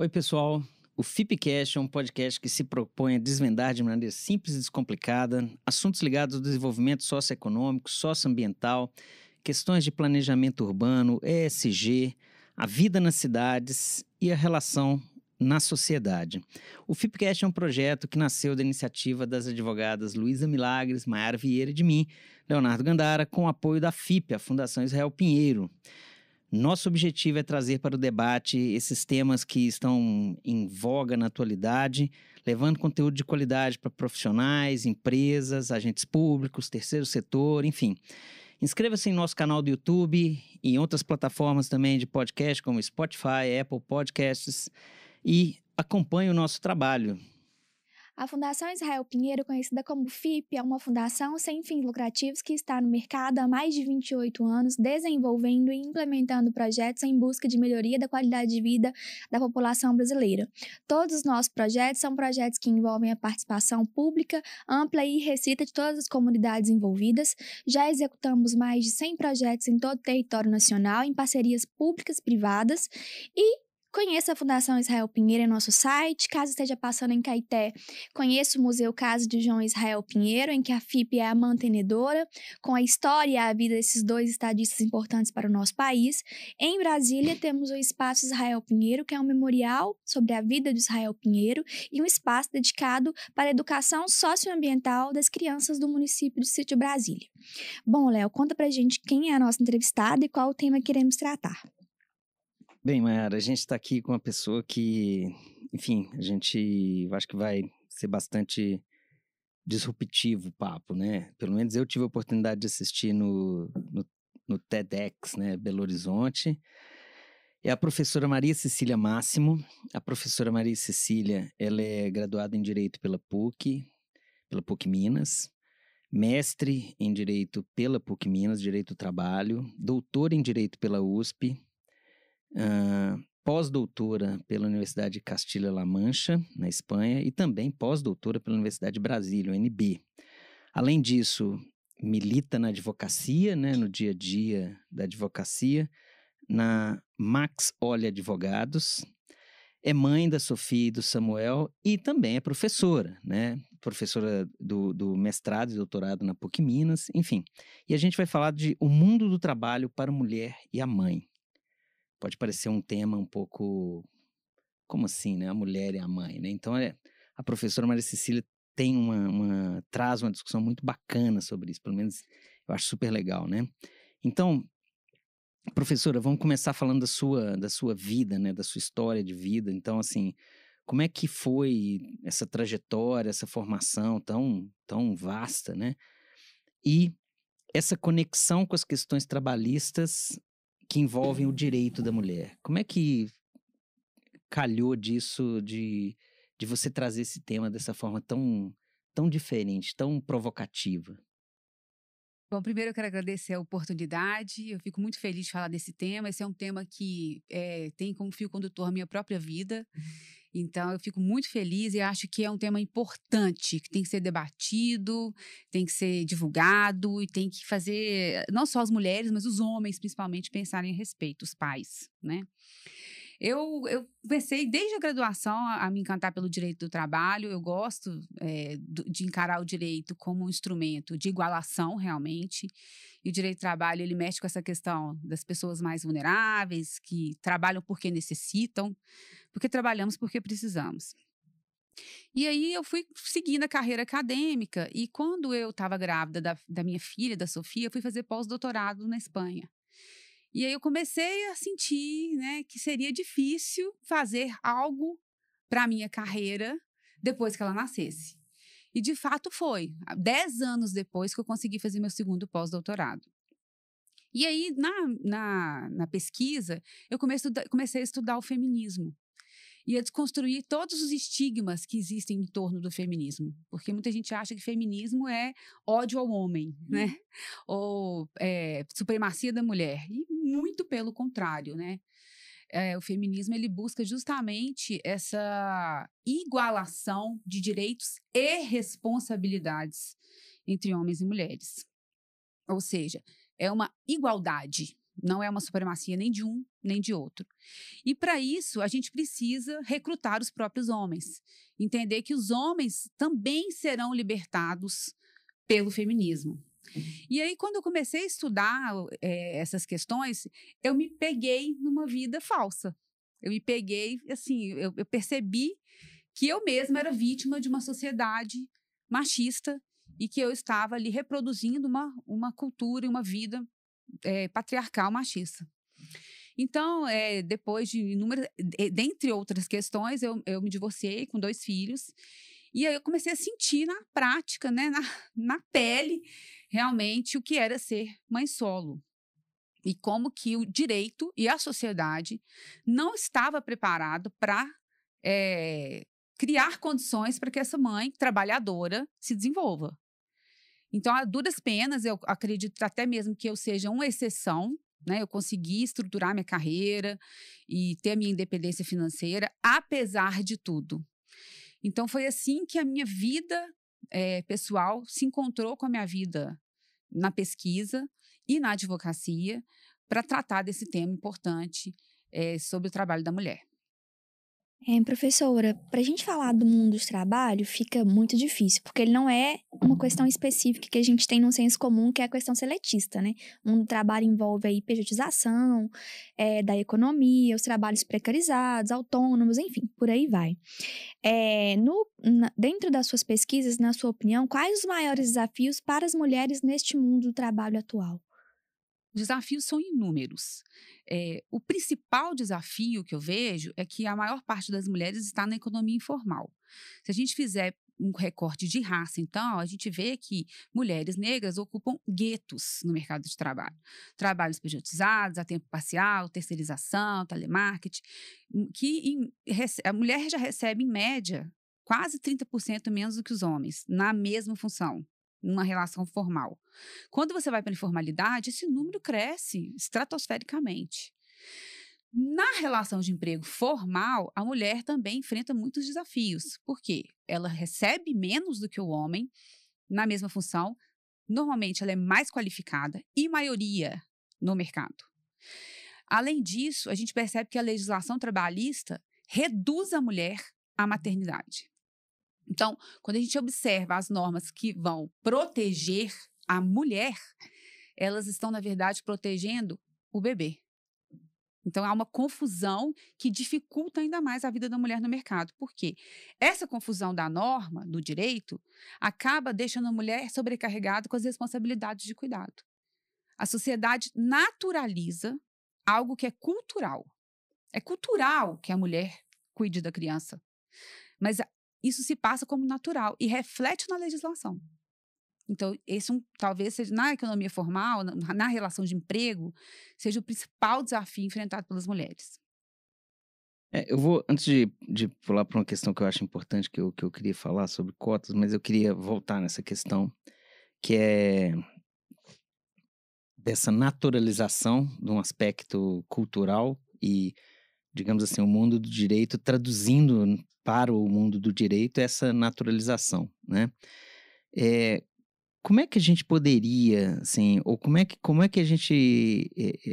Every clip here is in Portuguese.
Oi, pessoal. O FIPcast é um podcast que se propõe a desvendar de maneira simples e descomplicada assuntos ligados ao desenvolvimento socioeconômico, socioambiental, questões de planejamento urbano, ESG, a vida nas cidades e a relação na sociedade. O FIPcast é um projeto que nasceu da iniciativa das advogadas Luísa Milagres, Maiara Vieira e de mim, Leonardo Gandara, com o apoio da FIP, a Fundação Israel Pinheiro. Nosso objetivo é trazer para o debate esses temas que estão em voga na atualidade, levando conteúdo de qualidade para profissionais, empresas, agentes públicos, terceiro setor, enfim. Inscreva-se em nosso canal do YouTube e em outras plataformas também de podcast, como Spotify, Apple Podcasts, e acompanhe o nosso trabalho. A Fundação Israel Pinheiro, conhecida como FIP, é uma fundação sem fins lucrativos que está no mercado há mais de 28 anos, desenvolvendo e implementando projetos em busca de melhoria da qualidade de vida da população brasileira. Todos os nossos projetos são projetos que envolvem a participação pública, ampla e restrita de todas as comunidades envolvidas. Já executamos mais de 100 projetos em todo o território nacional, em parcerias públicas e privadas, e conheça a Fundação Israel Pinheiro em nosso site. Caso esteja passando em Caeté, conheça o Museu Casa de João Israel Pinheiro, em que a FIP é a mantenedora, com a história e a vida desses dois estadistas importantes para o nosso país. Em Brasília, temos o Espaço Israel Pinheiro, que é um memorial sobre a vida de Israel Pinheiro e um espaço dedicado para a educação socioambiental das crianças do município de Sítio Brasília. Bom, Léo, conta pra gente quem é a nossa entrevistada e qual o tema que iremos tratar. Bem, Mayara, a gente está aqui com uma pessoa que, enfim, eu acho que vai ser bastante disruptivo o papo, né? Pelo menos eu tive a oportunidade de assistir no TEDx, né, Belo Horizonte. É a professora Maria Cecília Máximo. A professora Maria Cecília, ela é graduada em Direito pela PUC Minas, mestre em Direito pela PUC Minas, Direito do Trabalho, doutora em Direito pela USP, pós-doutora pela Universidade de Castilha-La Mancha, na Espanha, e também pós-doutora pela Universidade de Brasília, UNB. Além disso, milita na advocacia, né, no dia a dia da advocacia, na Max Olha Advogados, é mãe da Sofia e do Samuel e também é professora, né? Professora do mestrado e doutorado na PUC Minas, enfim. E a gente vai falar de o mundo do trabalho para a mulher e a mãe. Pode parecer um tema um pouco, como assim, né? A mulher e a mãe, né? Então, a professora Maria Cecília traz uma discussão muito bacana sobre isso, pelo menos eu acho super legal, né? Então, professora, vamos começar falando da sua vida, né? Da sua história de vida. Então, assim, como é que foi essa trajetória, essa formação tão vasta, né? E essa conexão com as questões trabalhistas que envolvem o direito da mulher. Como é que calhou disso, de você trazer esse tema dessa forma tão diferente, tão provocativa? Bom, primeiro eu quero agradecer a oportunidade, eu fico muito feliz de falar desse tema. Esse é um tema que tem como fio condutor a minha própria vida, então eu fico muito feliz e acho que é um tema importante, que tem que ser debatido, tem que ser divulgado e tem que fazer, não só as mulheres, mas os homens principalmente, pensarem a respeito, os pais, né? Eu comecei desde a graduação a me encantar pelo direito do trabalho. Eu gosto de encarar o direito como um instrumento de igualação, realmente. E o direito do trabalho, ele mexe com essa questão das pessoas mais vulneráveis, que trabalham porque necessitam, porque trabalhamos porque precisamos. E aí eu fui seguindo a carreira acadêmica e quando eu estava grávida da minha filha, da Sofia, eu fui fazer pós-doutorado na Espanha. E aí eu comecei a sentir, né, que seria difícil fazer algo para a minha carreira depois que ela nascesse. E de fato foi. 10 anos depois que eu consegui fazer meu segundo pós-doutorado. E aí, na pesquisa, eu comecei a estudar o feminismo. E a desconstruir todos os estigmas que existem em torno do feminismo. Porque muita gente acha que feminismo é ódio ao homem, né? Ou supremacia da mulher. E muito pelo contrário, né? O feminismo, ele busca justamente essa igualação de direitos e responsabilidades entre homens e mulheres. Ou seja, é uma igualdade, Não é uma supremacia nem de um, nem de outro. E para isso, a gente precisa recrutar os próprios homens. Entender que os homens também serão libertados pelo feminismo. E aí, quando eu comecei a estudar essas questões, eu me peguei numa vida falsa. Eu me peguei, assim, eu percebi que eu mesma era vítima de uma sociedade machista e que eu estava ali reproduzindo uma cultura e uma vida patriarcal machista. Então, depois de inúmeras, dentre outras questões, eu me divorciei com 2 filhos. E aí eu comecei a sentir na prática, né, na pele, realmente, o que era ser mãe solo. E como que o direito e a sociedade não estava preparado para criar condições para que essa mãe trabalhadora se desenvolva. Então, a duras penas, eu acredito até mesmo que eu seja uma exceção, né? Eu consegui estruturar minha carreira e ter a minha independência financeira, apesar de tudo. Então, foi assim que a minha vida pessoal se encontrou com a minha vida na pesquisa e na advocacia para tratar desse tema importante sobre o trabalho da mulher. Professora, para a gente falar do mundo do trabalho fica muito difícil, porque ele não é uma questão específica que a gente tem num senso comum, que é a questão seletista, né? O mundo do trabalho envolve aí pejotização da economia, os trabalhos precarizados, autônomos, enfim, por aí vai. Dentro das suas pesquisas, na sua opinião, quais os maiores desafios para as mulheres neste mundo do trabalho atual? Os desafios são inúmeros. O principal desafio que eu vejo é que a maior parte das mulheres está na economia informal. Se a gente fizer um recorte de raça, então, a gente vê que mulheres negras ocupam guetos no mercado de trabalho. Trabalhos pejotizados, a tempo parcial, terceirização, telemarketing, a mulher já recebe, em média, quase 30% menos do que os homens, na mesma função, numa relação formal. Quando você vai para a informalidade, esse número cresce estratosfericamente. Na relação de emprego formal, a mulher também enfrenta muitos desafios. Por quê? Ela recebe menos do que o homem na mesma função. Normalmente, ela é mais qualificada e maioria no mercado. Além disso, a gente percebe que a legislação trabalhista reduz a mulher à maternidade. Então, quando a gente observa as normas que vão proteger a mulher, elas estão, na verdade, protegendo o bebê. Então, há uma confusão que dificulta ainda mais a vida da mulher no mercado. Por quê? Essa confusão da norma, do direito, acaba deixando a mulher sobrecarregada com as responsabilidades de cuidado. A sociedade naturaliza algo que é cultural. É cultural que a mulher cuide da criança. Mas isso se passa como natural e reflete na legislação. Então, esse talvez seja, na economia formal, na relação de emprego, seja o principal desafio enfrentado pelas mulheres. Eu vou, antes de pular para uma questão que eu acho importante, que eu queria falar sobre cotas, mas eu queria voltar nessa questão, que é dessa naturalização de um aspecto cultural e, digamos assim, o mundo do direito traduzindo para o mundo do direito essa naturalização, né? Como é que a gente poderia, assim, ou como é que a gente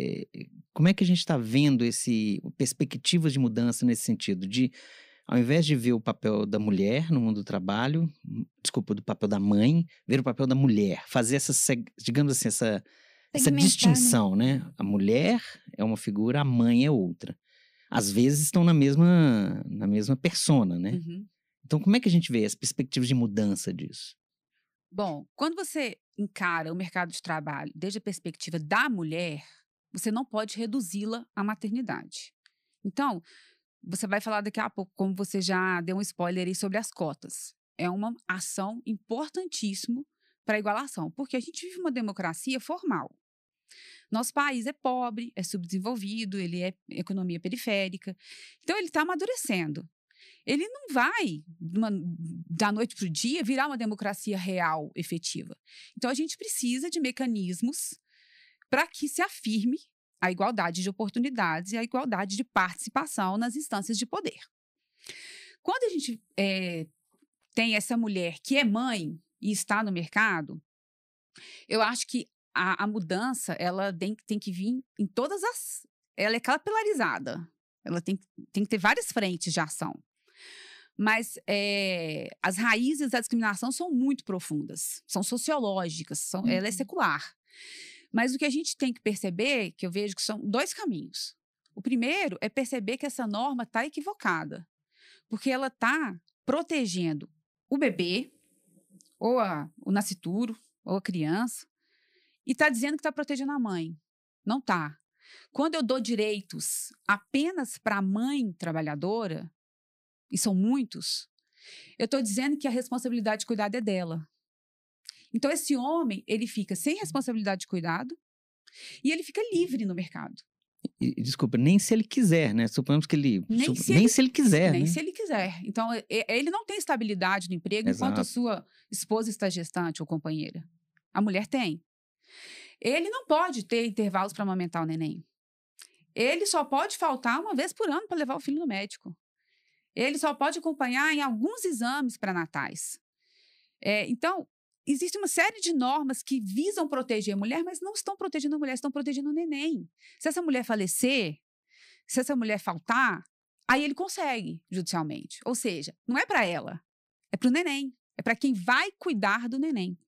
está vendo perspectivas de mudança nesse sentido, de, ao invés de ver o papel da mulher no mundo do trabalho, do papel da mãe, ver o papel da mulher, fazer digamos assim, essa distinção, né? A mulher é uma figura, a mãe é outra. Às vezes estão na mesma persona, né? Uhum. Então, como é que a gente vê as perspectivas de mudança disso? Bom, quando você encara o mercado de trabalho desde a perspectiva da mulher, você não pode reduzi-la à maternidade. Então, você vai falar daqui a pouco, como você já deu um spoiler aí sobre as cotas. É uma ação importantíssima para a igualação, porque a gente vive uma democracia formal. Nosso país é pobre, é subdesenvolvido, ele é economia periférica. Então, ele está amadurecendo. Ele não vai, da noite para o dia, virar uma democracia real, efetiva. Então, a gente precisa de mecanismos para que se afirme a igualdade de oportunidades e a igualdade de participação nas instâncias de poder. Quando a gente tem essa mulher que é mãe e está no mercado, eu acho que a mudança, ela tem que vir em todas as... Ela é capilarizada. Ela tem que ter várias frentes de ação. Mas as raízes da discriminação são muito profundas. São sociológicas. Ela é secular. Mas o que a gente tem que perceber, que eu vejo que são 2 caminhos. O primeiro é perceber que essa norma está equivocada. Porque ela está protegendo o bebê, ou o nascituro, ou a criança, e está dizendo que está protegendo a mãe. Não está. Quando eu dou direitos apenas para a mãe trabalhadora, e são muitos, eu estou dizendo que a responsabilidade de cuidado é dela. Então, esse homem, ele fica sem responsabilidade de cuidado e ele fica livre no mercado. Desculpa, nem se ele quiser, né? Suponhamos que ele... Nem se ele quiser, Nem né? se ele quiser. Então, ele não tem estabilidade no emprego enquanto a sua esposa está gestante ou companheira. A mulher tem. Ele não pode ter intervalos para amamentar o neném. Ele só pode faltar uma vez por ano para levar o filho no médico. Ele só pode acompanhar em alguns exames pré-natais. Então, existe uma série de normas que visam proteger a mulher, mas não estão protegendo a mulher, estão protegendo o neném. Se essa mulher falecer, se essa mulher faltar, aí ele consegue judicialmente. Ou seja, não é para ela, é para o neném. É para quem vai cuidar do neném.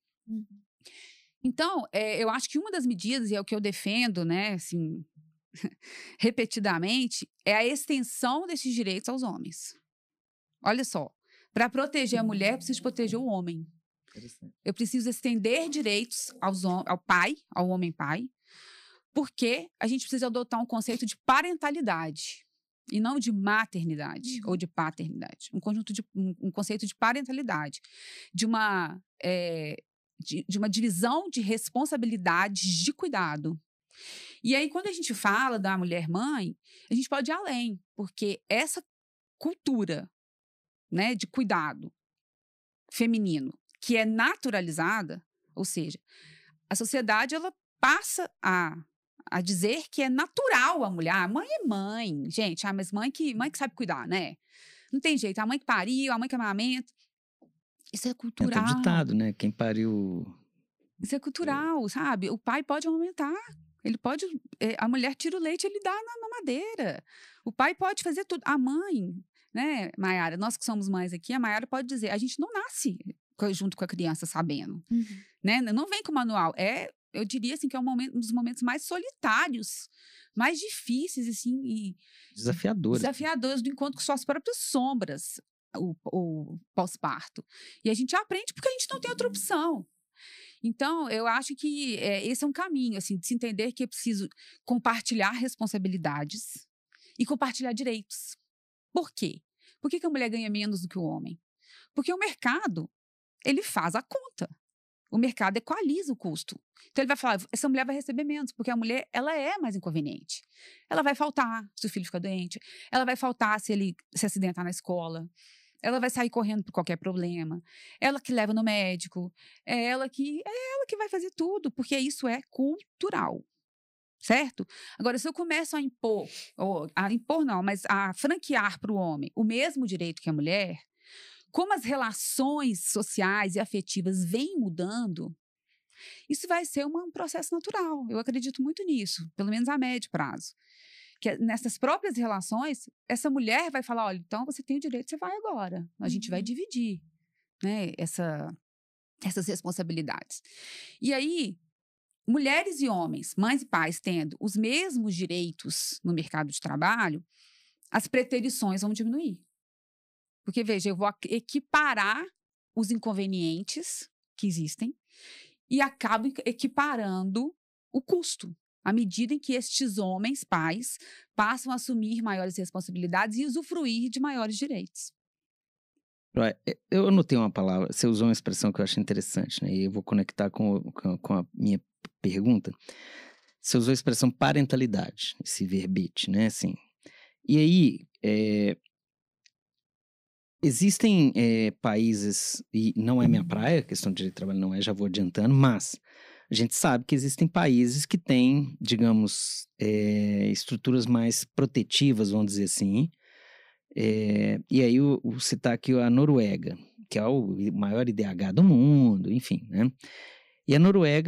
Então, eu acho que uma das medidas, e é o que eu defendo, né, assim, repetidamente, é a extensão desses direitos aos homens. Olha só, para proteger a mulher, eu preciso proteger o homem. Eu preciso estender direitos ao pai, ao homem pai, porque a gente precisa adotar um conceito de parentalidade e não de maternidade ou de paternidade. Um conceito de parentalidade, de uma divisão de responsabilidades de cuidado. E aí, quando a gente fala da mulher-mãe, a gente pode ir além, porque essa cultura, né, de cuidado feminino, que é naturalizada, ou seja, a sociedade ela passa a dizer que é natural a mulher. A mãe é mãe, gente. Mas mãe que sabe cuidar, né? Não tem jeito. A mãe que pariu, a mãe que amamenta. Isso é cultural. É ditado, né? Quem pariu... Isso é cultural, sabe? O pai pode amamentar. Ele pode... a mulher tira o leite e ele dá na mamadeira. O pai pode fazer tudo. A mãe, né, Maiara? Nós que somos mães aqui, a Maiara pode dizer, a gente não nasce junto com a criança sabendo. Né? Não vem com o manual. Eu diria assim que é um dos momentos mais solitários, mais difíceis, assim, e desafiadores do encontro com suas próprias sombras, o pós-parto. E a gente aprende porque a gente não tem outra opção. Então, eu acho que esse é um caminho, assim, de se entender que é preciso compartilhar responsabilidades e compartilhar direitos. Por quê? Por que a mulher ganha menos do que o homem? Porque o mercado, ele faz a conta. O mercado equaliza o custo. Então, ele vai falar, essa mulher vai receber menos, porque a mulher, ela é mais inconveniente. Ela vai faltar se o filho ficar doente, ela vai faltar se ele se acidentar na escola, ela vai sair correndo por qualquer problema, ela que leva no médico, é ela que vai fazer tudo, porque isso é cultural. Certo? Agora, se eu começo a impor não, mas a franquear para o homem o mesmo direito que a mulher, como as relações sociais e afetivas vêm mudando, isso vai ser um processo natural. Eu acredito muito nisso, pelo menos a médio prazo. Que nessas próprias relações, essa mulher vai falar, olha, então você tem o direito, você vai agora. A gente vai dividir, né, essas responsabilidades. E aí, mulheres e homens, mães e pais, tendo os mesmos direitos no mercado de trabalho, as preterições vão diminuir. Porque, veja, eu vou equiparar os inconvenientes que existem e acabo equiparando o custo, à medida em que estes homens, pais, passam a assumir maiores responsabilidades e usufruir de maiores direitos. Eu anotei uma palavra, você usou uma expressão que eu acho interessante, né? E eu vou conectar com a minha pergunta. Você usou a expressão parentalidade, esse verbete, né? Assim, e aí... Existem países, e não é minha praia, a questão de direito de trabalho não é, já vou adiantando, mas a gente sabe que existem países que têm, digamos, estruturas mais protetivas, vamos dizer assim. E aí, eu vou citar aqui a Noruega, que é o maior IDH do mundo, enfim, né? E a Noruega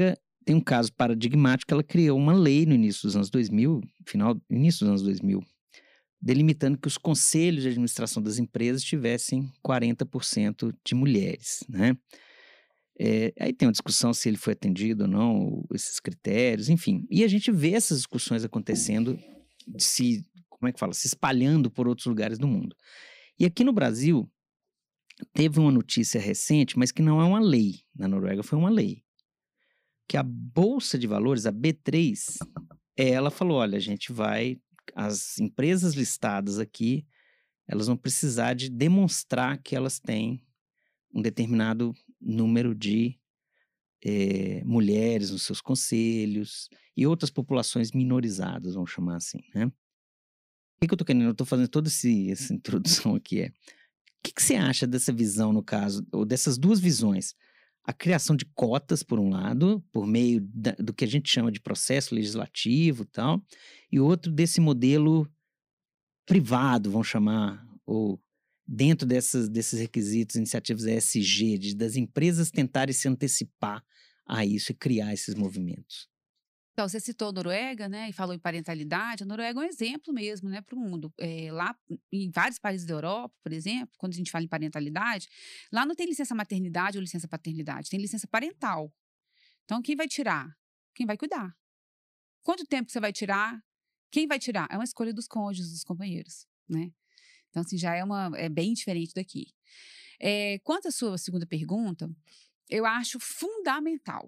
tem um caso paradigmático, ela criou uma lei no início dos anos 2000, início dos anos 2000, delimitando que os conselhos de administração das empresas tivessem 40% de mulheres, né? Aí tem uma discussão se ele foi atendido ou não, esses critérios, enfim. E a gente vê essas discussões acontecendo, como é que fala? Se espalhando por outros lugares do mundo. E aqui no Brasil, teve uma notícia recente, mas que não é uma lei. Na Noruega foi uma lei. Que a Bolsa de Valores, a B3, ela falou, olha, as empresas listadas aqui, elas vão precisar de demonstrar que elas têm um determinado número de mulheres nos seus conselhos e outras populações minorizadas, vamos chamar assim, né? O que eu tô querendo? Eu tô fazendo toda essa introdução aqui. O que você acha dessa visão, no caso, ou dessas duas visões? A criação de cotas, por um lado, por meio do que a gente chama de processo legislativo e tal, e outro desse modelo privado, vamos chamar, ou dentro desses requisitos, iniciativas ESG, das empresas tentarem se antecipar a isso e criar esses movimentos. Então, você citou a Noruega, né, e falou em parentalidade. A Noruega é um exemplo mesmo, né, para o mundo. Lá, em vários países da Europa, por exemplo, quando a gente fala em parentalidade, lá não tem licença maternidade ou licença paternidade, tem licença parental. Então, quem vai tirar? Quem vai cuidar? Quanto tempo você vai tirar? Quem vai tirar? É uma escolha dos cônjuges, dos companheiros, né? Então, assim, já é bem diferente daqui. Quanto à sua segunda pergunta, eu acho fundamental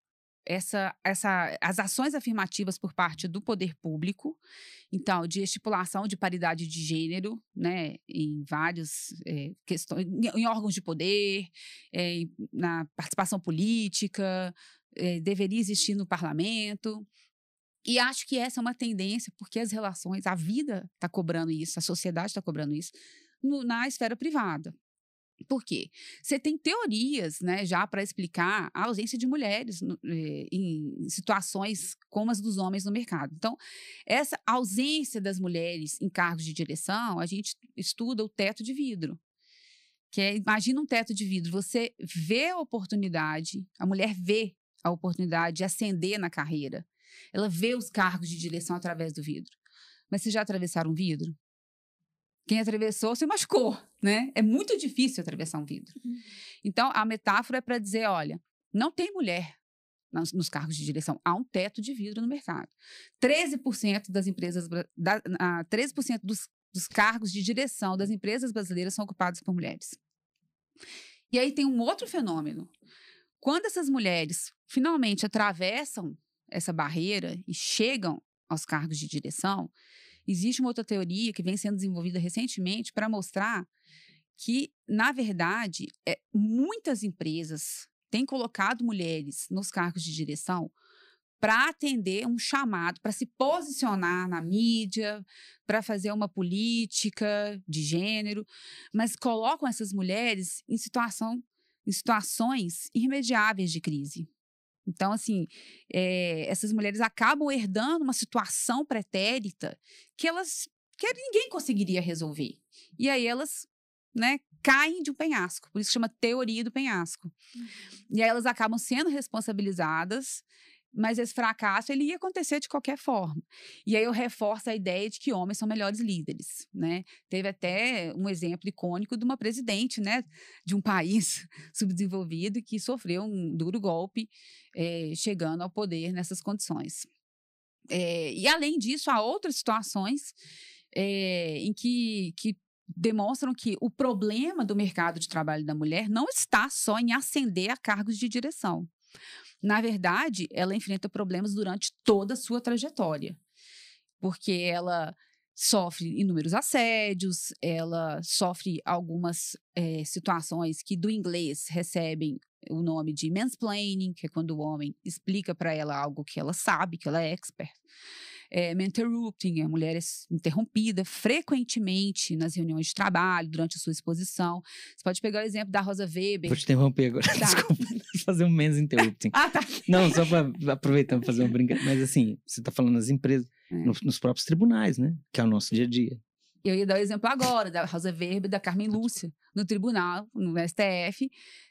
as ações afirmativas por parte do poder público, então, de estipulação de paridade de gênero, né, em várias questões, em órgãos de poder, na participação política, deveria existir no parlamento. E acho que essa é uma tendência, porque as relações, a vida está cobrando isso, a sociedade está cobrando isso, na esfera privada. Por quê? Você tem teorias, né, já para explicar a ausência de mulheres em situações como as dos homens no mercado. Então, essa ausência das mulheres em cargos de direção, a gente estuda o teto de vidro. Imagina um teto de vidro, você vê a oportunidade, a mulher vê a oportunidade de ascender na carreira. Ela vê os cargos de direção através do vidro. Mas vocês já atravessaram um vidro? Quem atravessou se machucou, né? É muito difícil atravessar um vidro. Então, a metáfora é para dizer, olha, não tem mulher nos cargos de direção. Há um teto de vidro no mercado. 13% das empresas, 13% dos cargos de direção das empresas brasileiras são ocupados por mulheres. E aí tem um outro fenômeno. Quando essas mulheres finalmente atravessam essa barreira e chegam aos cargos de direção, existe uma outra teoria que vem sendo desenvolvida recentemente para mostrar que, na verdade, muitas empresas têm colocado mulheres nos cargos de direção para atender um chamado, para se posicionar na mídia, para fazer uma política de gênero, mas colocam essas mulheres em situações irremediáveis de crise. Então, assim, essas mulheres acabam herdando uma situação pretérita que ninguém conseguiria resolver. E aí elas, né, caem de um penhasco. Por isso chama teoria do penhasco. E aí elas acabam sendo responsabilizadas, mas esse fracasso ele ia acontecer de qualquer forma. E aí eu reforço a ideia de que homens são melhores líderes, né? Teve até um exemplo icônico de uma presidente, né, de um país subdesenvolvido que sofreu um duro golpe chegando ao poder nessas condições. E além disso, há outras situações em que demonstram que o problema do mercado de trabalho da mulher não está só em ascender a cargos de direção. Na verdade, ela enfrenta problemas durante toda a sua trajetória, porque ela sofre inúmeros assédios, ela sofre algumas situações que do inglês recebem o nome de mansplaining, que é quando o homem explica para ela algo que ela sabe, que ela é expert. Interrupting, a mulher é interrompida frequentemente nas reuniões de trabalho, durante a sua exposição. Você pode pegar o exemplo da Rosa Weber. Vou te interromper agora, Tá. Desculpa, fazer um menos interrupting. Tá. Não, só para aproveitando fazer uma brincadeira, mas assim, você está falando nas empresas, nos próprios tribunais, né? Que é o nosso dia a dia. Eu ia dar o exemplo agora, da Rosa Weber e da Carmen Lúcia, no tribunal, no STF,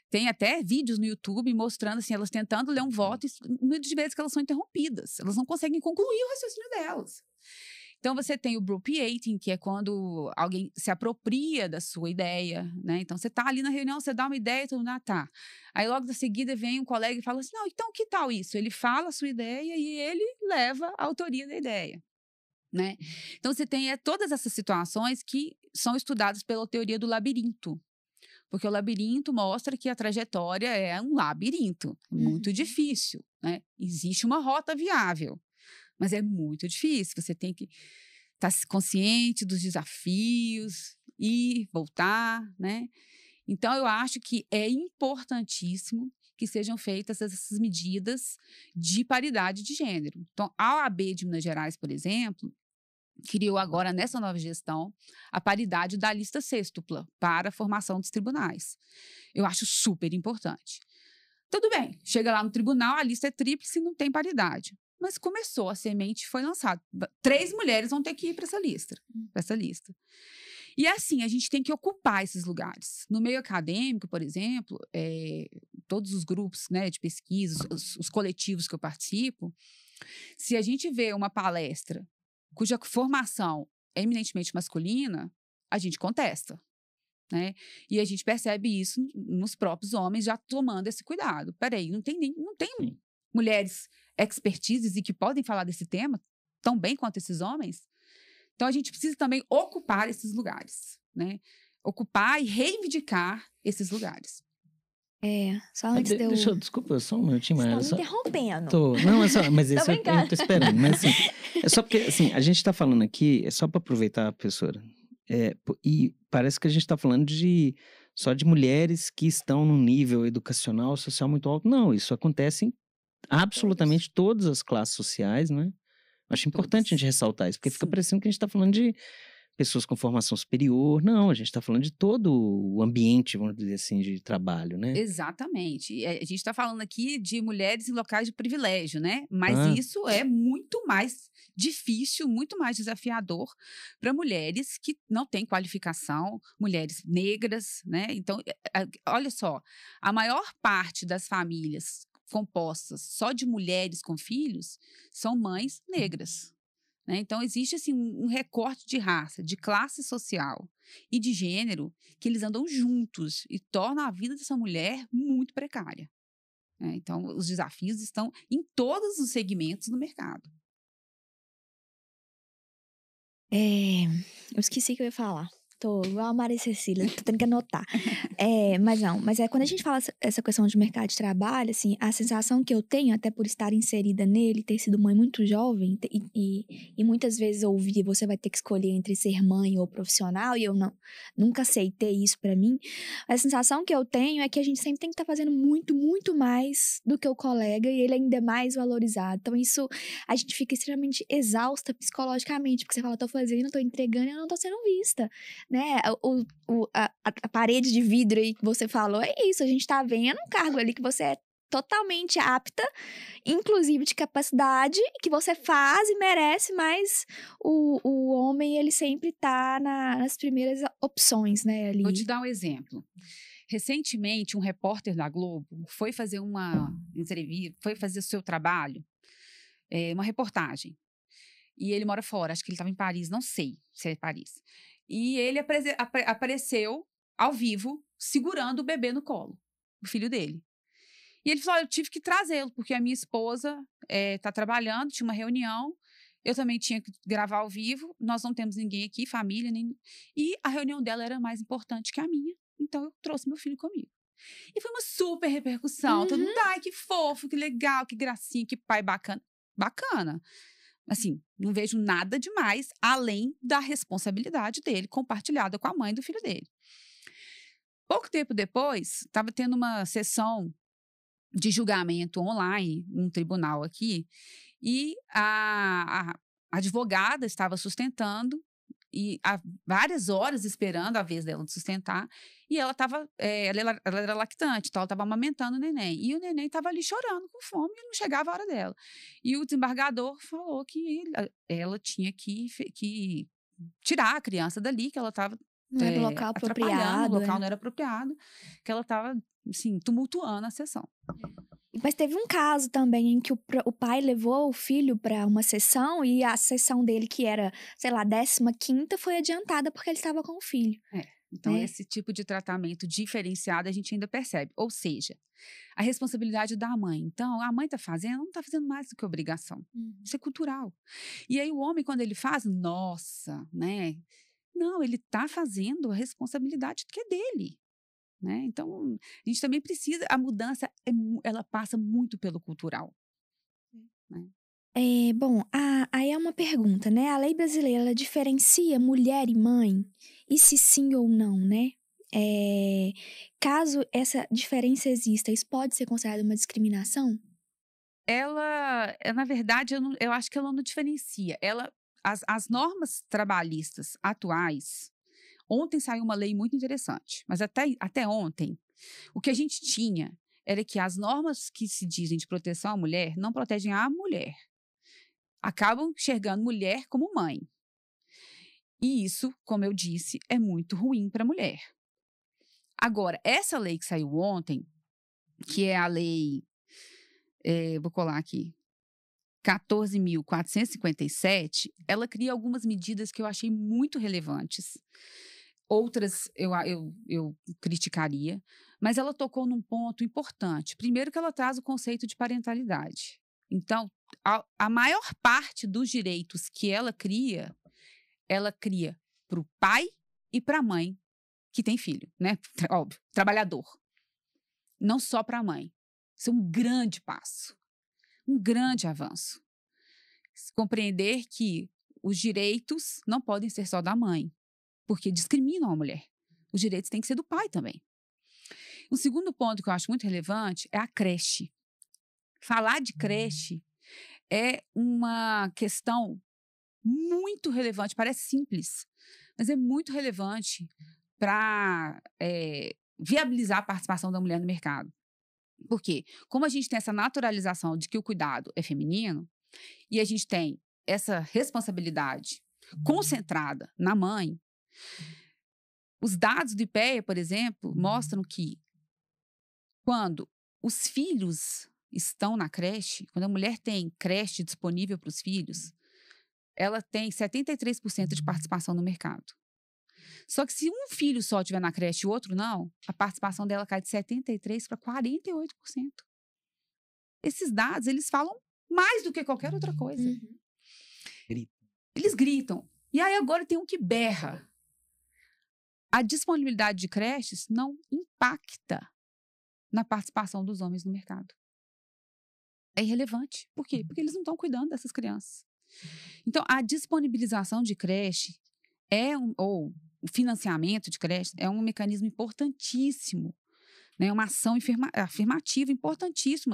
Tem até vídeos no YouTube mostrando, assim, elas tentando ler um voto e muitas de vezes que elas são interrompidas. Elas não conseguem concluir o raciocínio delas. Então, você tem o appropriating, que é quando alguém se apropria da sua ideia, né? Então, você está ali na reunião, você dá uma ideia, todo mundo, tá. Aí, logo da seguida, vem um colega e fala assim, não, então, que tal isso? Ele fala a sua ideia e ele leva a autoria da ideia, né? Então, você tem todas essas situações que são estudadas pela teoria do labirinto. Porque o labirinto mostra que a trajetória é um labirinto, muito difícil, né? Existe uma rota viável. Mas é muito difícil, você tem que estar consciente dos desafios, ir, voltar, né? Então, eu acho que é importantíssimo que sejam feitas essas medidas de paridade de gênero. Então, a OAB de Minas Gerais, por exemplo, criou agora, nessa nova gestão, a paridade da lista sêxtupla para a formação dos tribunais. Eu acho super importante. Tudo bem, chega lá no tribunal, a lista é tríplice e não tem paridade. Mas começou, a semente foi lançada. 3 mulheres vão ter que ir para essa lista. E assim, a gente tem que ocupar esses lugares. No meio acadêmico, por exemplo, todos os grupos, né, de pesquisa, os coletivos que eu participo, se a gente vê uma palestra cuja formação é eminentemente masculina, a gente contesta, né? E a gente percebe isso nos próprios homens já tomando esse cuidado. Peraí, não tem mulheres expertises e que podem falar desse tema tão bem quanto esses homens? Então, a gente precisa também ocupar esses lugares, né? Ocupar e reivindicar esses lugares. Só antes de eu... Desculpa, só um minutinho. Você tá me só... interrompendo. Não, mas esse eu tô esperando. Mas assim, é só porque assim, a gente está falando aqui, é só para aproveitar, professora, e parece que a gente está falando só de mulheres que estão num nível educacional, social muito alto. Não, isso acontece em absolutamente todas as classes sociais, né? Acho importante a gente ressaltar isso, porque fica parecendo que a gente está falando de pessoas com formação superior. Não, a gente está falando de todo o ambiente, vamos dizer assim, de trabalho, né? Exatamente. A gente está falando aqui de mulheres em locais de privilégio, né? Mas isso é muito mais difícil, muito mais desafiador para mulheres que não têm qualificação, mulheres negras, né? Então, olha só, a maior parte das famílias compostas só de mulheres com filhos são mães negras. Então, existe assim, um recorte de raça, de classe social e de gênero que eles andam juntos e tornam a vida dessa mulher muito precária. Então, os desafios estão em todos os segmentos do mercado. Eu esqueci o que eu ia falar. Tô igual a Maria Cecília, tô tendo que anotar. Mas quando a gente fala essa questão de mercado de trabalho, assim, a sensação que eu tenho, até por estar inserida nele, ter sido mãe muito jovem, e muitas vezes ouvir, você vai ter que escolher entre ser mãe ou profissional, e eu nunca aceitei isso pra mim. A sensação que eu tenho é que a gente sempre tem que estar fazendo muito, muito mais do que o colega, e ele ainda é mais valorizado. Então, isso, a gente fica extremamente exausta psicologicamente, porque você fala, tô fazendo, tô entregando, e eu não tô sendo vista. Né? A parede de vidro aí que você falou, é isso, a gente tá vendo um cargo ali que você é totalmente apta, inclusive de capacidade, que você faz e merece, mas o homem, ele sempre tá nas primeiras opções, né? Ali. Vou te dar um exemplo. Recentemente, um repórter da Globo foi fazer uma entrevista, foi fazer o seu trabalho, uma reportagem. E ele mora fora, acho que ele estava em Paris, não sei se é Paris. E ele apareceu ao vivo, segurando o bebê no colo, o filho dele. E ele falou, eu tive que trazê-lo, porque a minha esposa está trabalhando, tinha uma reunião, eu também tinha que gravar ao vivo, nós não temos ninguém aqui, família, e a reunião dela era mais importante que a minha, então eu trouxe meu filho comigo. E foi uma super repercussão, todo mundo, ai, que fofo, que legal, que gracinha, que pai bacana. Bacana. Assim, não vejo nada demais, além da responsabilidade dele, compartilhada com a mãe do filho dele. Pouco tempo depois, estava tendo uma sessão de julgamento online, num tribunal aqui, e a advogada estava sustentando, e há várias horas esperando a vez dela de sustentar, e ela era lactante, então ela estava amamentando o neném, e o neném estava ali chorando com fome e não chegava a hora dela. E o desembargador falou que ela tinha que tirar a criança dali, que ela estava Não era o local atrapalhando, o apropriado, local não era apropriado, que ela estava, assim, tumultuando a sessão. Mas teve um caso também em que o pai levou o filho para uma sessão e a sessão dele, que era, sei lá, 15ª, foi adiantada porque ele estava com o filho. Então, né? esse tipo de tratamento diferenciado a gente ainda percebe. Ou seja, a responsabilidade da mãe. Então, a mãe está fazendo, não está fazendo mais do que obrigação. Isso é cultural. E aí o homem, quando ele faz, nossa, né? Não, ele está fazendo a responsabilidade que é dele. Né? Então, a gente também precisa, a mudança, ela passa muito pelo cultural. Né? Bom, aí é uma pergunta, né? A lei brasileira, ela diferencia mulher e mãe? E se sim ou não, né? Caso essa diferença exista, isso pode ser considerado uma discriminação? Na verdade, eu acho que ela não diferencia. As normas trabalhistas atuais, ontem saiu uma lei muito interessante, mas até ontem, o que a gente tinha era que as normas que se dizem de proteção à mulher não protegem a mulher. Acabam enxergando mulher como mãe. E isso, como eu disse, é muito ruim para a mulher. Agora, essa lei que saiu ontem, que é a lei, vou colar aqui, 14.457, ela cria algumas medidas que eu achei muito relevantes. Outras eu criticaria, mas ela tocou num ponto importante. Primeiro que ela traz o conceito de parentalidade. Então, a maior parte dos direitos que ela cria para o pai e para a mãe que tem filho, né? Óbvio, trabalhador. Não só para a mãe. Isso é um grande passo, um grande avanço. Compreender que os direitos não podem ser só da mãe, porque discriminam a mulher. Os direitos têm que ser do pai também. O segundo ponto que eu acho muito relevante é a creche. Falar de creche é uma questão muito relevante, parece simples, mas é muito relevante para viabilizar a participação da mulher no mercado. Por quê? Como a gente tem essa naturalização de que o cuidado é feminino, e a gente tem essa responsabilidade concentrada na mãe, os dados do IPEA, por exemplo, mostram que quando os filhos estão na creche, quando a mulher tem creche disponível para os filhos, ela tem 73% de participação no mercado. Só que se um filho só estiver na creche e o outro não, a participação dela cai de 73% para 48%. Esses dados, eles falam mais do que qualquer outra coisa. Eles gritam. E aí agora tem um que berra. A disponibilidade de creches não impacta na participação dos homens no mercado. É irrelevante. Por quê? Porque eles não estão cuidando dessas crianças. Então, a disponibilização de creche ou o financiamento de creche é um mecanismo importantíssimo, né? Uma ação afirmativa importantíssima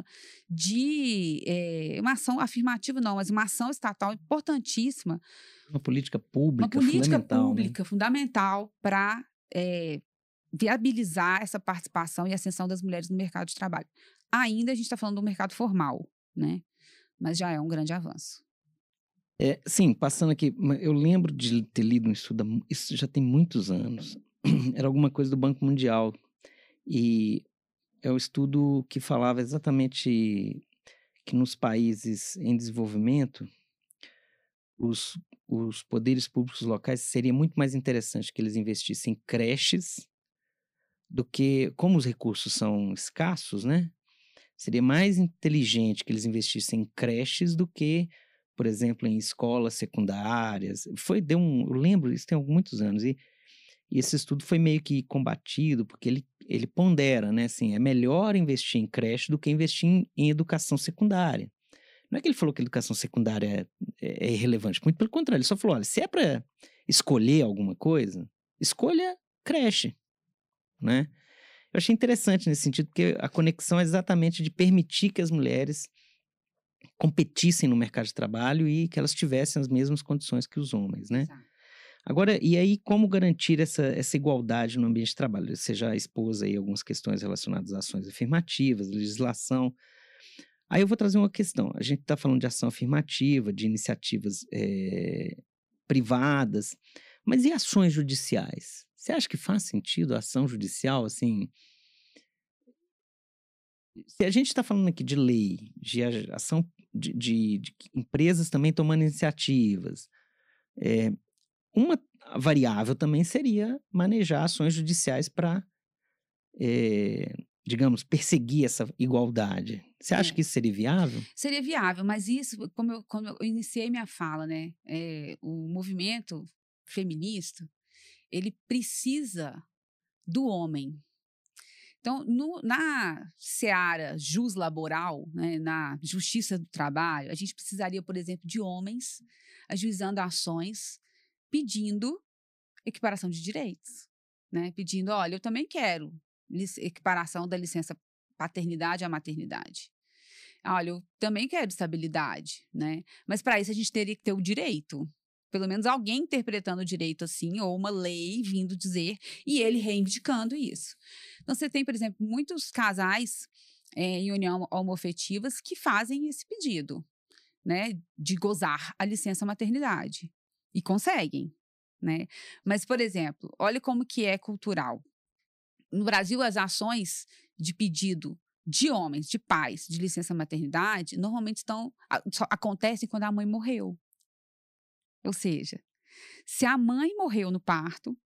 uma ação afirmativa não, mas uma ação estatal importantíssima. Uma política pública fundamental para viabilizar essa participação e ascensão das mulheres no mercado de trabalho. Ainda a gente está falando do mercado formal, né? Mas já é um grande avanço. Sim, passando aqui, eu lembro de ter lido um estudo, isso já tem muitos anos, era alguma coisa do Banco Mundial, e é um estudo que falava exatamente que nos países em desenvolvimento, os poderes públicos locais seria muito mais interessante que eles investissem em creches do que, como os recursos são escassos, né? Seria mais inteligente que eles investissem em creches do que, por exemplo, em escolas secundárias. Eu lembro, isso tem muitos anos, e esse estudo foi meio que combatido, porque ele pondera, né, assim, é melhor investir em creche do que investir em educação secundária. Não é que ele falou que a educação secundária é irrelevante, muito pelo contrário, ele só falou, olha, se é para escolher alguma coisa, escolha creche, né? Eu achei interessante nesse sentido, porque a conexão é exatamente de permitir que as mulheres competissem no mercado de trabalho e que elas tivessem as mesmas condições que os homens, né? Exato. Agora, e aí como garantir essa igualdade no ambiente de trabalho? Você já expôs aí algumas questões relacionadas a ações afirmativas, legislação. Aí eu vou trazer uma questão. A gente está falando de ação afirmativa, de iniciativas privadas, mas e ações judiciais? Você acha que faz sentido a ação judicial, assim? Se a gente está falando aqui de lei, de ação de empresas também tomando iniciativas, uma variável também seria manejar ações judiciais para, digamos, perseguir essa igualdade. Você acha que isso seria viável? Seria viável, mas isso, quando eu iniciei minha fala, né? O movimento feminista, ele precisa do homem. Então, na seara laboral, né, na justiça do trabalho, a gente precisaria, por exemplo, de homens ajuizando ações pedindo equiparação de direitos, né? Pedindo, olha, eu também quero equiparação da licença paternidade à maternidade. Olha, eu também quero estabilidade, né? Mas para isso a gente teria que ter o direito. Pelo menos alguém interpretando o direito assim, ou uma lei vindo dizer, e ele reivindicando isso. Então, você tem, por exemplo, muitos casais em união homoafetivas que fazem esse pedido, né? De gozar a licença maternidade. E conseguem, né? Mas, por exemplo, olha como que é cultural. No Brasil, as ações de pedido de homens, de pais, de licença maternidade, normalmente acontecem quando a mãe morreu. Ou seja, se a mãe morreu no parto,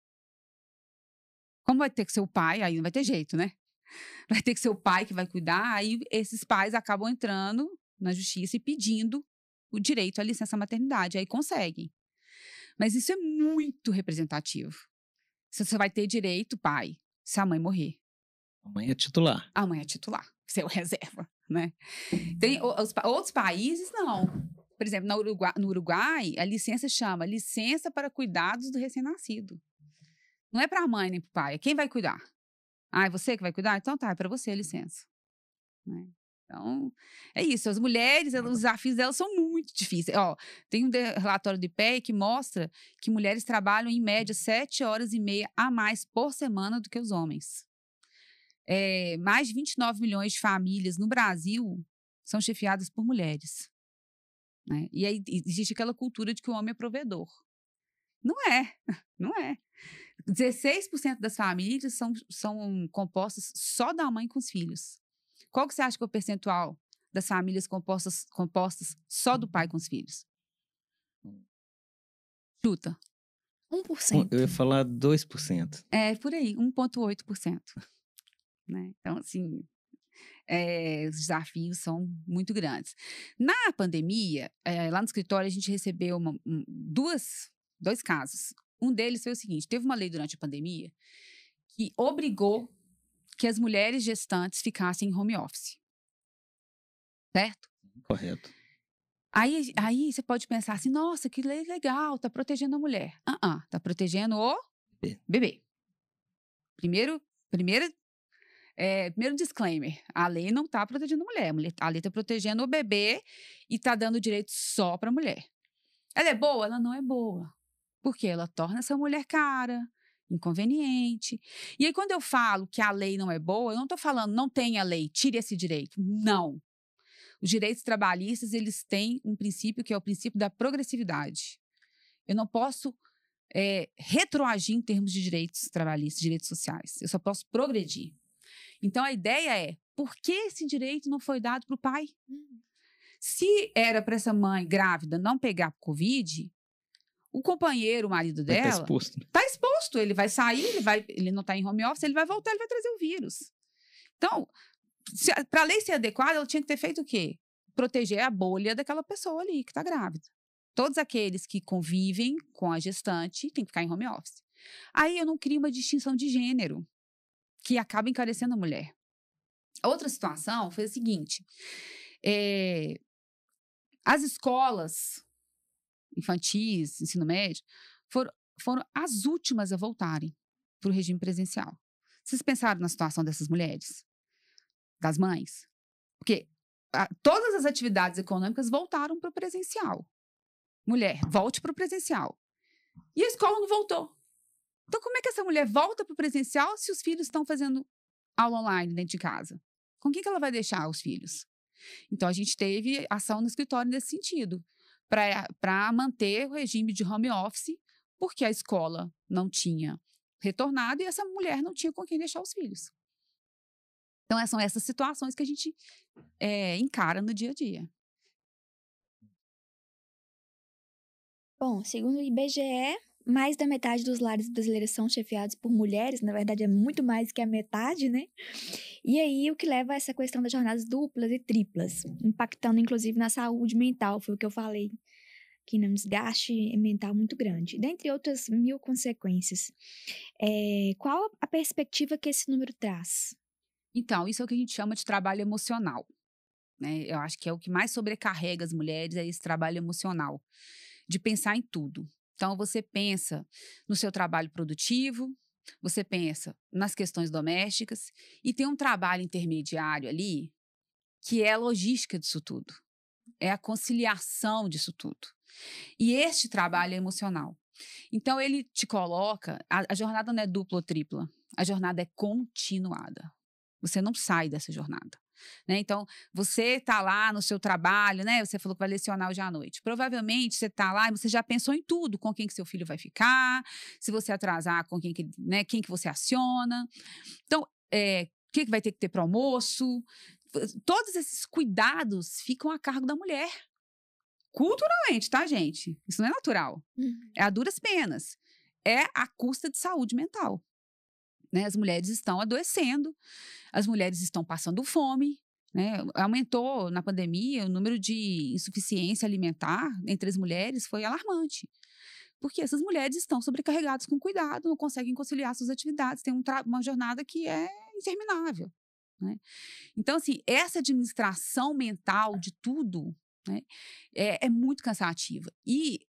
como vai ter que ser o pai, aí não vai ter jeito, né? Vai ter que ser o pai que vai cuidar, aí esses pais acabam entrando na justiça e pedindo o direito à licença maternidade, aí conseguem. Mas isso é muito representativo. Você vai ter direito, pai, se a mãe morrer. A mãe é titular. A mãe é titular, você é o reserva, né? Tem outros países, não. Por exemplo, no Uruguai, a licença chama licença para cuidados do recém-nascido. Não é para a mãe nem para o pai, é quem vai cuidar. Ah, é você que vai cuidar? Então tá, é para você a licença. Né? Então, é isso. As mulheres, os desafios delas são muito difíceis. Ó, tem um relatório do IPEA que mostra que mulheres trabalham, em média, 7 horas e meia a mais por semana do que os homens. Mais de 29 milhões de famílias no Brasil são chefiadas por mulheres. Né? E aí existe aquela cultura de que o homem é provedor. Não é, não é. 16% das famílias são compostas só da mãe com os filhos. Qual que você acha que é o percentual das famílias compostas só do pai com os filhos? Chuta. 1%. Eu ia falar 2%. É, por aí, 1,8%. Né? Então, assim, os desafios são muito grandes. Na pandemia, lá no escritório, a gente recebeu dois casos. Um deles foi o seguinte: teve uma lei durante a pandemia que obrigou que as mulheres gestantes ficassem em home office. Certo? Correto. Aí você pode pensar assim, nossa, que lei legal, tá protegendo a mulher. Tá protegendo o bebê. Primeiro disclaimer, a lei não está protegendo a mulher, a lei está protegendo o bebê e está dando direito só para a mulher. Ela é boa? Ela não é boa. Porque ela torna essa mulher cara, inconveniente. E aí, quando eu falo que a lei não é boa, eu não estou falando não tem a lei, tire esse direito. Não. Os direitos trabalhistas, eles têm um princípio que é o princípio da progressividade. Eu não posso retroagir em termos de direitos trabalhistas, direitos sociais. Eu só posso progredir. Então, a ideia é, por que esse direito não foi dado para o pai? Se era para essa mãe grávida não pegar Covid, o companheiro, o marido dela, Vai estar exposto. Está exposto. Ele vai sair, ele não está em home office, ele vai voltar, ele vai trazer o vírus. Então, para a lei ser adequada, ela tinha que ter feito o quê? Proteger a bolha daquela pessoa ali que está grávida. Todos aqueles que convivem com a gestante têm que ficar em home office. Aí eu não crio uma distinção de gênero que acaba encarecendo a mulher. Outra situação foi a seguinte: as escolas infantis, ensino médio, foram as últimas a voltarem para o regime presencial. Vocês pensaram na situação dessas mulheres? Das mães? Porque todas as atividades econômicas voltaram para o presencial. Mulher, volte para o presencial. E a escola não voltou. Então, como é que essa mulher volta para o presencial se os filhos estão fazendo aula online dentro de casa? Com quem que ela vai deixar os filhos? Então, a gente teve ação no escritório nesse sentido, para manter o regime de home office, porque a escola não tinha retornado e essa mulher não tinha com quem deixar os filhos. Então, são essas situações que a gente encara no dia a dia. Bom, segundo o IBGE, mais da metade dos lares brasileiros são chefiados por mulheres, na verdade é muito mais que a metade, né? E aí o que leva a essa questão das jornadas duplas e triplas, impactando inclusive na saúde mental, foi o que eu falei, que é um desgaste mental muito grande, dentre outras 1000 consequências. Qual a perspectiva que esse número traz? Então, isso é o que a gente chama de trabalho emocional, né? Eu acho que é o que mais sobrecarrega as mulheres, é esse trabalho emocional, de pensar em tudo. Então, você pensa no seu trabalho produtivo, você pensa nas questões domésticas e tem um trabalho intermediário ali que é a logística disso tudo, é a conciliação disso tudo. E este trabalho é emocional. Então, ele te coloca, a jornada não é dupla ou tripla, a jornada é continuada. Você não sai dessa jornada. Né? Então, você está lá no seu trabalho, né? Você falou que vai lecionar hoje à noite. Provavelmente você está lá e você já pensou em tudo, com quem que seu filho vai ficar, se você atrasar, com quem que, né, quem que você aciona. Então, o que vai ter que ter para o almoço? Todos esses cuidados ficam a cargo da mulher. Culturalmente, tá, gente? Isso não é natural. É a duras penas. É a custa de saúde mental. Né? As mulheres estão adoecendo, as mulheres estão passando fome, né? Aumentou na pandemia o número de insuficiência alimentar entre as mulheres, foi alarmante. Porque essas mulheres estão sobrecarregadas com cuidado, não conseguem conciliar suas atividades, tem uma jornada que é interminável. Né? Então, assim, essa administração mental de tudo, né, é muito cansativa. E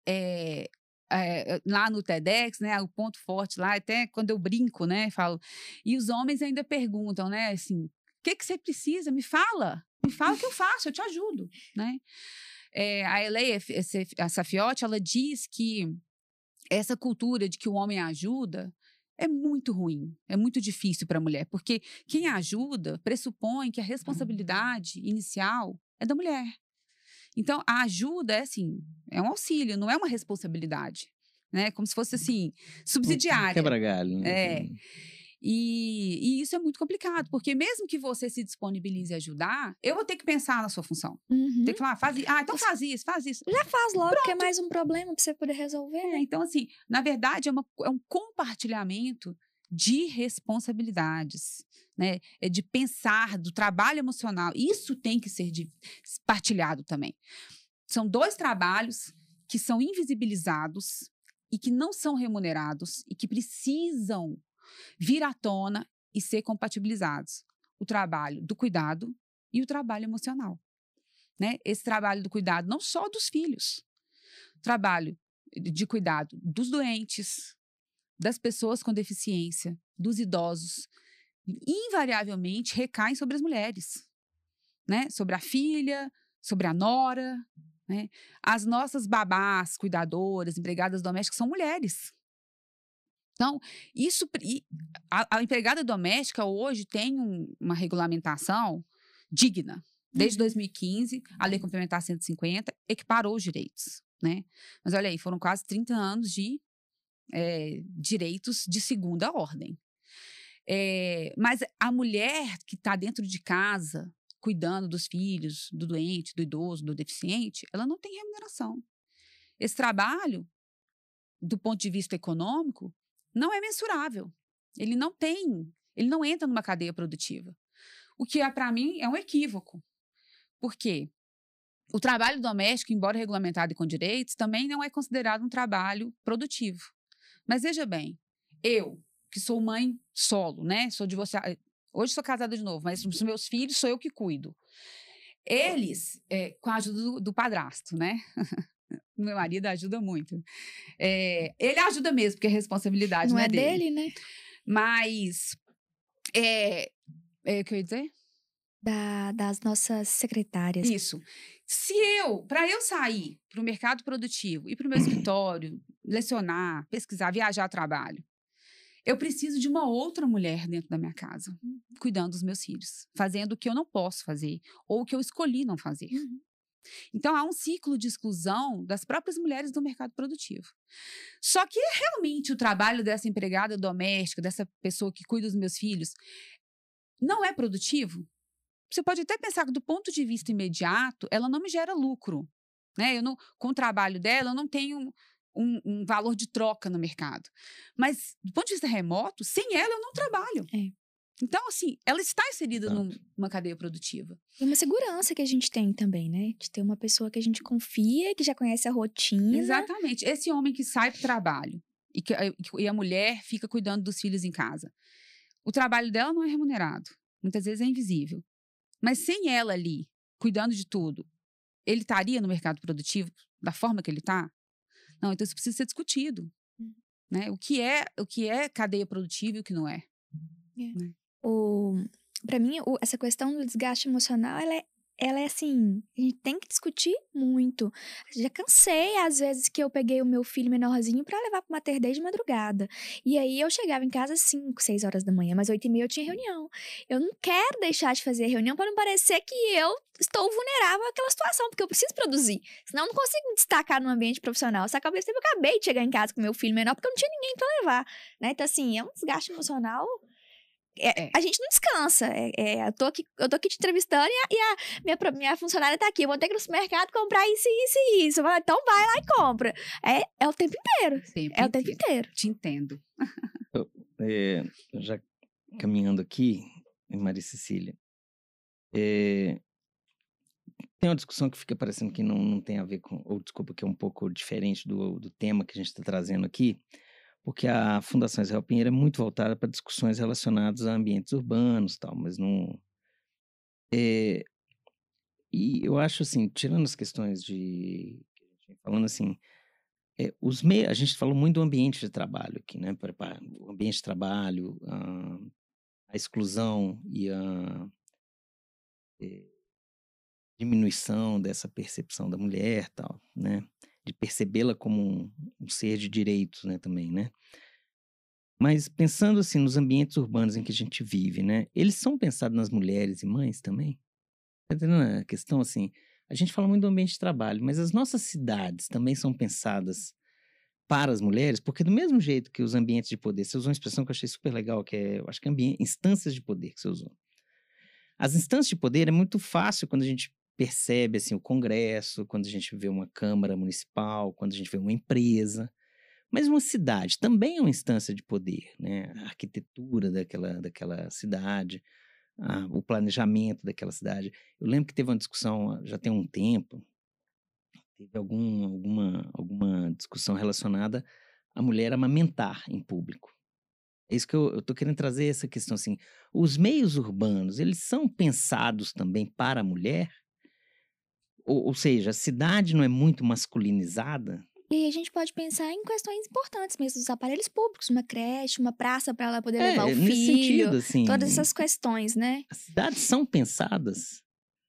lá no TEDx, né, o ponto forte lá, até quando eu brinco, né, falo, e os homens ainda perguntam, né, assim, o que você precisa? Me fala o que eu faço, eu te ajudo, né? A Eleia Saffioti, ela diz que essa cultura de que o homem ajuda é muito ruim, é muito difícil para a mulher, porque quem ajuda pressupõe que a responsabilidade inicial é da mulher. Então, a ajuda é um auxílio, não é uma responsabilidade, né? Como se fosse, assim, subsidiária. Quebra-galho. Né? E isso é muito complicado, porque mesmo que você se disponibilize a ajudar, eu vou ter que pensar na sua função. Tem que falar, então faz isso. Já faz logo, porque é mais um problema para você poder resolver. Então, assim, na verdade, é um compartilhamento de responsabilidades, né? É de pensar do trabalho emocional. Isso tem que ser partilhado também. São 2 trabalhos que são invisibilizados e que não são remunerados e que precisam vir à tona e ser compatibilizados. O trabalho do cuidado e o trabalho emocional. Né? Esse trabalho do cuidado não só dos filhos, o trabalho de cuidado dos doentes, das pessoas com deficiência, dos idosos, invariavelmente recaem sobre as mulheres, né? Sobre a filha, sobre a nora, né? As nossas babás, cuidadoras, empregadas domésticas são mulheres. Então, a empregada doméstica hoje tem uma regulamentação digna. Desde 2015, a Lei Complementar 150 equiparou os direitos, né? Mas olha aí, foram quase 30 anos de direitos de segunda ordem. Mas a mulher que está dentro de casa, cuidando dos filhos, do doente, do idoso, do deficiente, ela não tem remuneração. Esse trabalho, do ponto de vista econômico, não é mensurável. Ele não entra numa cadeia produtiva. O que, para mim, é um equívoco. Por quê? O trabalho doméstico, embora regulamentado e com direitos, também não é considerado um trabalho produtivo. Mas veja bem, eu, que sou mãe solo, né? Sou divorciada. Hoje sou casada de novo, mas os meus filhos sou eu que cuido. Eles, com a ajuda do padrasto, né? Meu marido ajuda muito. Ele ajuda mesmo, porque a responsabilidade não é dele, né? Mas, o que eu ia dizer? Das nossas secretárias. Isso. Para eu sair para o mercado produtivo, ir para o meu escritório, lecionar, pesquisar, viajar a trabalho, eu preciso de uma outra mulher dentro da minha casa, cuidando dos meus filhos, fazendo o que eu não posso fazer, ou o que eu escolhi não fazer. Então, há um ciclo de exclusão das próprias mulheres do mercado produtivo. Só que realmente o trabalho dessa empregada doméstica, dessa pessoa que cuida dos meus filhos, não é produtivo? Você pode até pensar que, do ponto de vista imediato, ela não me gera lucro, né? Com o trabalho dela, eu não tenho um valor de troca no mercado. Mas, do ponto de vista remoto, sem ela, eu não trabalho. É. Então, assim, ela está inserida Exato. numa cadeia produtiva. E uma segurança que a gente tem também, né? De ter uma pessoa que a gente confia, que já conhece a rotina. Exatamente. Esse homem que sai para o trabalho e a mulher fica cuidando dos filhos em casa. O trabalho dela não é remunerado. Muitas vezes é invisível. Mas sem ela ali, cuidando de tudo, ele estaria no mercado produtivo da forma que ele está? Não, então isso precisa ser discutido. Né? O que é cadeia produtiva e o que não é. Né? Pra mim, essa questão do desgaste emocional, ela é assim, a gente tem que discutir muito. Já cansei, às vezes, que eu peguei o meu filho menorzinho pra levar pro mater day de madrugada. E aí, eu chegava em casa às 5, 6 horas da manhã, mas 8h30 eu tinha reunião. Eu não quero deixar de fazer a reunião pra não parecer que eu estou vulnerável àquela situação, porque eu preciso produzir. Senão, eu não consigo me destacar no ambiente profissional. Só que, ao mesmo tempo, eu acabei de chegar em casa com meu filho menor, porque eu não tinha ninguém pra levar. Né? Então, assim, é um desgaste emocional. A gente não descansa. Eu tô aqui te entrevistando e minha funcionária tá aqui. Eu vou ter que ir no supermercado comprar isso, isso e isso. Eu falo, então vai lá e compra. É o tempo inteiro. O tempo inteiro. Te entendo. Já caminhando aqui, Maria Cecília, tem uma discussão que fica parecendo que não tem a ver com, ou desculpa, que é um pouco diferente do tema que a gente está trazendo aqui, porque a Fundação Israel Pinheiro é muito voltada para discussões relacionadas a ambientes urbanos e tal, mas não... E eu acho assim, tirando as questões falando assim, a gente falou muito do ambiente de trabalho aqui, né? O ambiente de trabalho, a exclusão e a diminuição dessa percepção da mulher, tal, né? De percebê-la como um ser de direitos, né, também, né? Mas pensando assim nos ambientes urbanos em que a gente vive, né? Eles são pensados nas mulheres e mães também? Tá entendendo a questão assim? A gente fala muito do ambiente de trabalho, mas as nossas cidades também são pensadas para as mulheres, porque do mesmo jeito que os ambientes de poder, você usou uma expressão que eu achei super legal, que eu acho que é instâncias de poder que você usou. As instâncias de poder é muito fácil quando a gente percebe assim o Congresso, quando a gente vê uma Câmara Municipal, quando a gente vê uma empresa. Mas uma cidade também é uma instância de poder, né? A arquitetura daquela cidade, o planejamento daquela cidade. Eu lembro que teve uma discussão, já tem um tempo, teve alguma discussão relacionada à mulher amamentar em público. É isso que eu tô querendo trazer, essa questão assim. Os meios urbanos, eles são pensados também para a mulher? Ou seja, a cidade não é muito masculinizada? E aí a gente pode pensar em questões importantes mesmo, os aparelhos públicos, uma creche, uma praça para ela poder levar o filho. Nesse sentido, assim. Todas essas questões, né? As cidades são pensadas?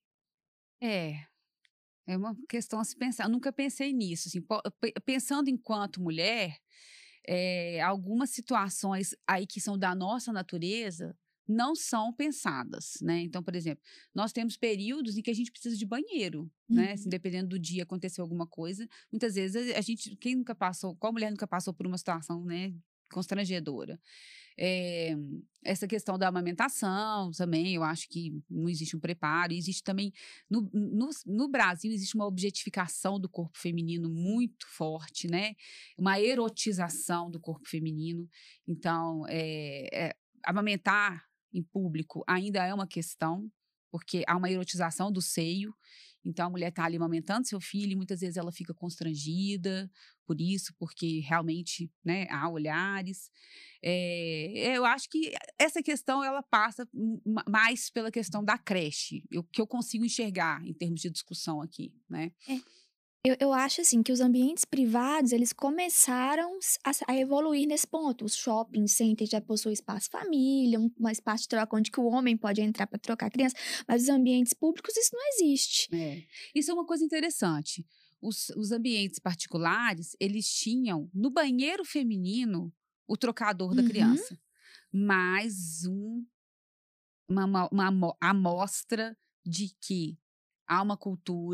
É uma questão a se pensar. Eu nunca pensei nisso. Assim, pensando enquanto mulher, algumas situações aí que são da nossa natureza não são pensadas, né? Então, por exemplo, nós temos períodos em que a gente precisa de banheiro, né? Assim, dependendo do dia aconteceu alguma coisa, muitas vezes qual mulher nunca passou por uma situação, né, constrangedora? Essa questão da amamentação também, eu acho que não existe um preparo, existe também, no Brasil, existe uma objetificação do corpo feminino muito forte, né? Uma erotização do corpo feminino. Então, amamentar em público ainda é uma questão, porque há uma erotização do seio. Então, a mulher está ali amamentando seu filho e muitas vezes ela fica constrangida por isso, porque realmente, né, há olhares. Eu acho que essa questão ela passa mais pela questão da creche, que eu consigo enxergar em termos de discussão aqui, né? Eu acho assim que os ambientes privados, eles começaram a evoluir nesse ponto. Os shopping centers já possuem espaço família, um espaço de troca onde que o homem pode entrar para trocar a criança, mas os ambientes públicos isso não existe. Isso é uma coisa interessante. Os ambientes particulares, eles tinham no banheiro feminino o trocador da criança, mais uma amostra de que há uma cultura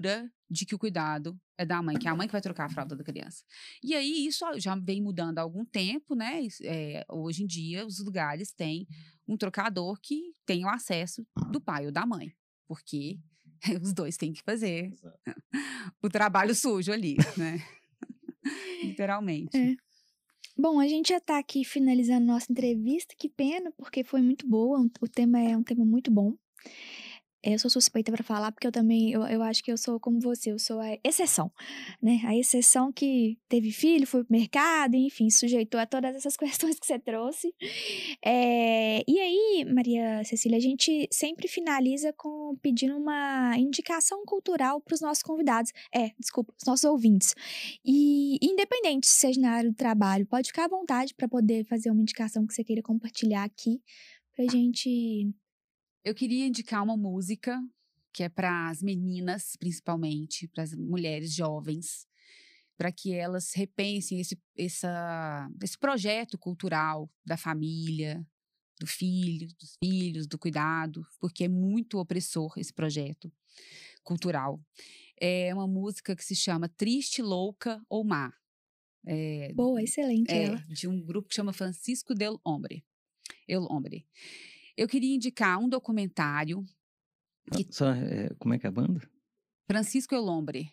de que o cuidado é da mãe, que é a mãe que vai trocar a fralda da criança. E aí isso já vem mudando há algum tempo, né? Hoje em dia os lugares têm um trocador que tem o acesso do pai ou da mãe, porque os dois têm que fazer o trabalho sujo ali, né? Literalmente. É. Bom, a gente já tá aqui finalizando nossa entrevista, que pena, porque foi muito boa, o tema é um tema muito bom. Eu sou suspeita para falar, porque eu acho que eu sou como você, eu sou a exceção, né? A exceção que teve filho, foi pro mercado, enfim, sujeitou a todas essas questões que você trouxe. E aí, Maria Cecília, a gente sempre finaliza pedindo uma indicação cultural para os nossos convidados. Desculpa, os nossos ouvintes. E independente se seja na área do trabalho, pode ficar à vontade para poder fazer uma indicação que você queira compartilhar aqui, pra gente. Eu queria indicar uma música que é para as meninas, principalmente, para as mulheres jovens, para que elas repensem esse projeto cultural da família, do filho, dos filhos, do cuidado, porque é muito opressor esse projeto cultural. É uma música que se chama Triste, Louca ou Má. Boa, excelente ela. De um grupo que chama Francisco del Hombre. El Hombre. Eu queria indicar um documentário. Como é que é a banda? Francisco El Hombre.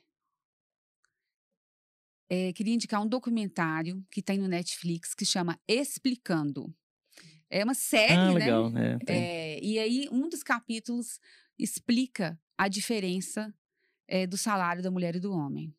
Queria indicar um documentário que tem no Netflix que chama Explicando. É uma série, legal, né? Tem. E aí, um dos capítulos explica a diferença do salário da mulher e do homem.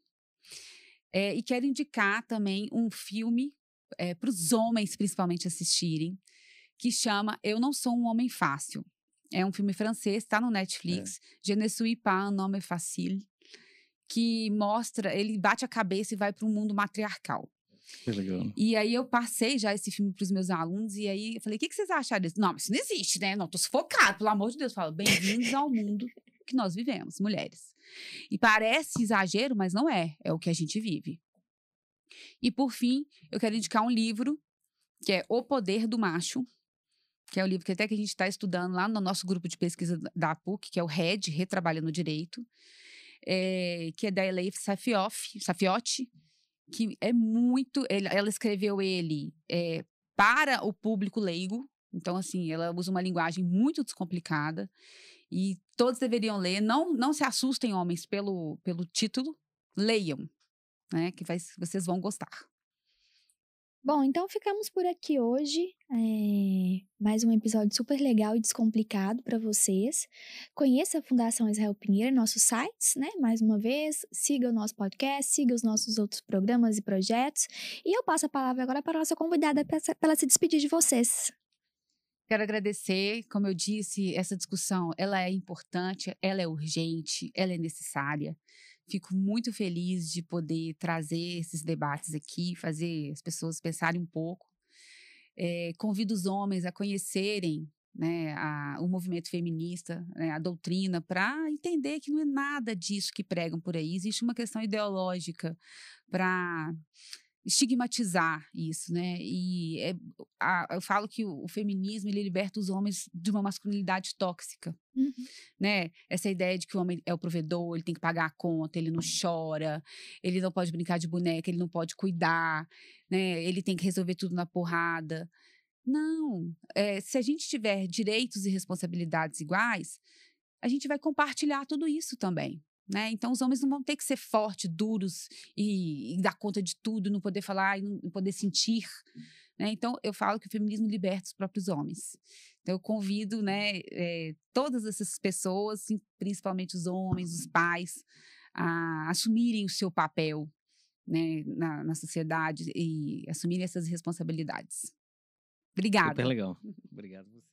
E quero indicar também um filme para os homens, principalmente, assistirem, que chama Eu Não Sou um Homem Fácil. É um filme francês, está no Netflix. Je ne suis pas un homme facile. Que mostra, ele bate a cabeça e vai para um mundo matriarcal. Que legal. E aí eu passei já esse filme para os meus alunos, e aí eu falei, o que vocês acharam disso? Não, mas isso não existe, né? Não, tô sufocado, pelo amor de Deus. Falo, bem-vindos ao mundo que nós vivemos, mulheres. E parece exagero, mas não é. É o que a gente vive. E por fim, eu quero indicar um livro, que é O Poder do Macho, que é o livro que até que a gente está estudando lá no nosso grupo de pesquisa da PUC, que é o RED, Retrabalhando Direito, que é da Elif Safiotti, que é muito... Ela escreveu ele para o público leigo, então, assim, ela usa uma linguagem muito descomplicada, e todos deveriam ler. Não se assustem, homens, pelo título, leiam, né, que vocês vão gostar. Bom, então ficamos por aqui hoje. Mais um episódio super legal e descomplicado para vocês. Conheça a Fundação Israel Pinheiro, nossos sites, né? Mais uma vez, siga o nosso podcast, siga os nossos outros programas e projetos. E eu passo a palavra agora para a nossa convidada para ela se despedir de vocês. Quero agradecer, como eu disse, essa discussão, ela é importante, ela é urgente, ela é necessária. Fico muito feliz de poder trazer esses debates aqui, fazer as pessoas pensarem um pouco. Convido os homens a conhecerem, né, o movimento feminista, né, a doutrina, para entender que não é nada disso que pregam por aí. Existe uma questão ideológica para estigmatizar isso, né? E eu falo que o feminismo, ele liberta os homens de uma masculinidade tóxica, né? Essa ideia de que o homem é o provedor, ele tem que pagar a conta, ele não chora, ele não pode brincar de boneca, ele não pode cuidar, né? Ele tem que resolver tudo na porrada. Não, se a gente tiver direitos e responsabilidades iguais, a gente vai compartilhar tudo isso também. Né? Então, os homens não vão ter que ser fortes, duros e dar conta de tudo, não poder falar e não poder sentir. Né? Então, eu falo que o feminismo liberta os próprios homens. Então, eu convido, né, todas essas pessoas, principalmente os homens, os pais, a assumirem o seu papel, né, na sociedade e assumirem essas responsabilidades. Obrigada. Super legal. Obrigado a você.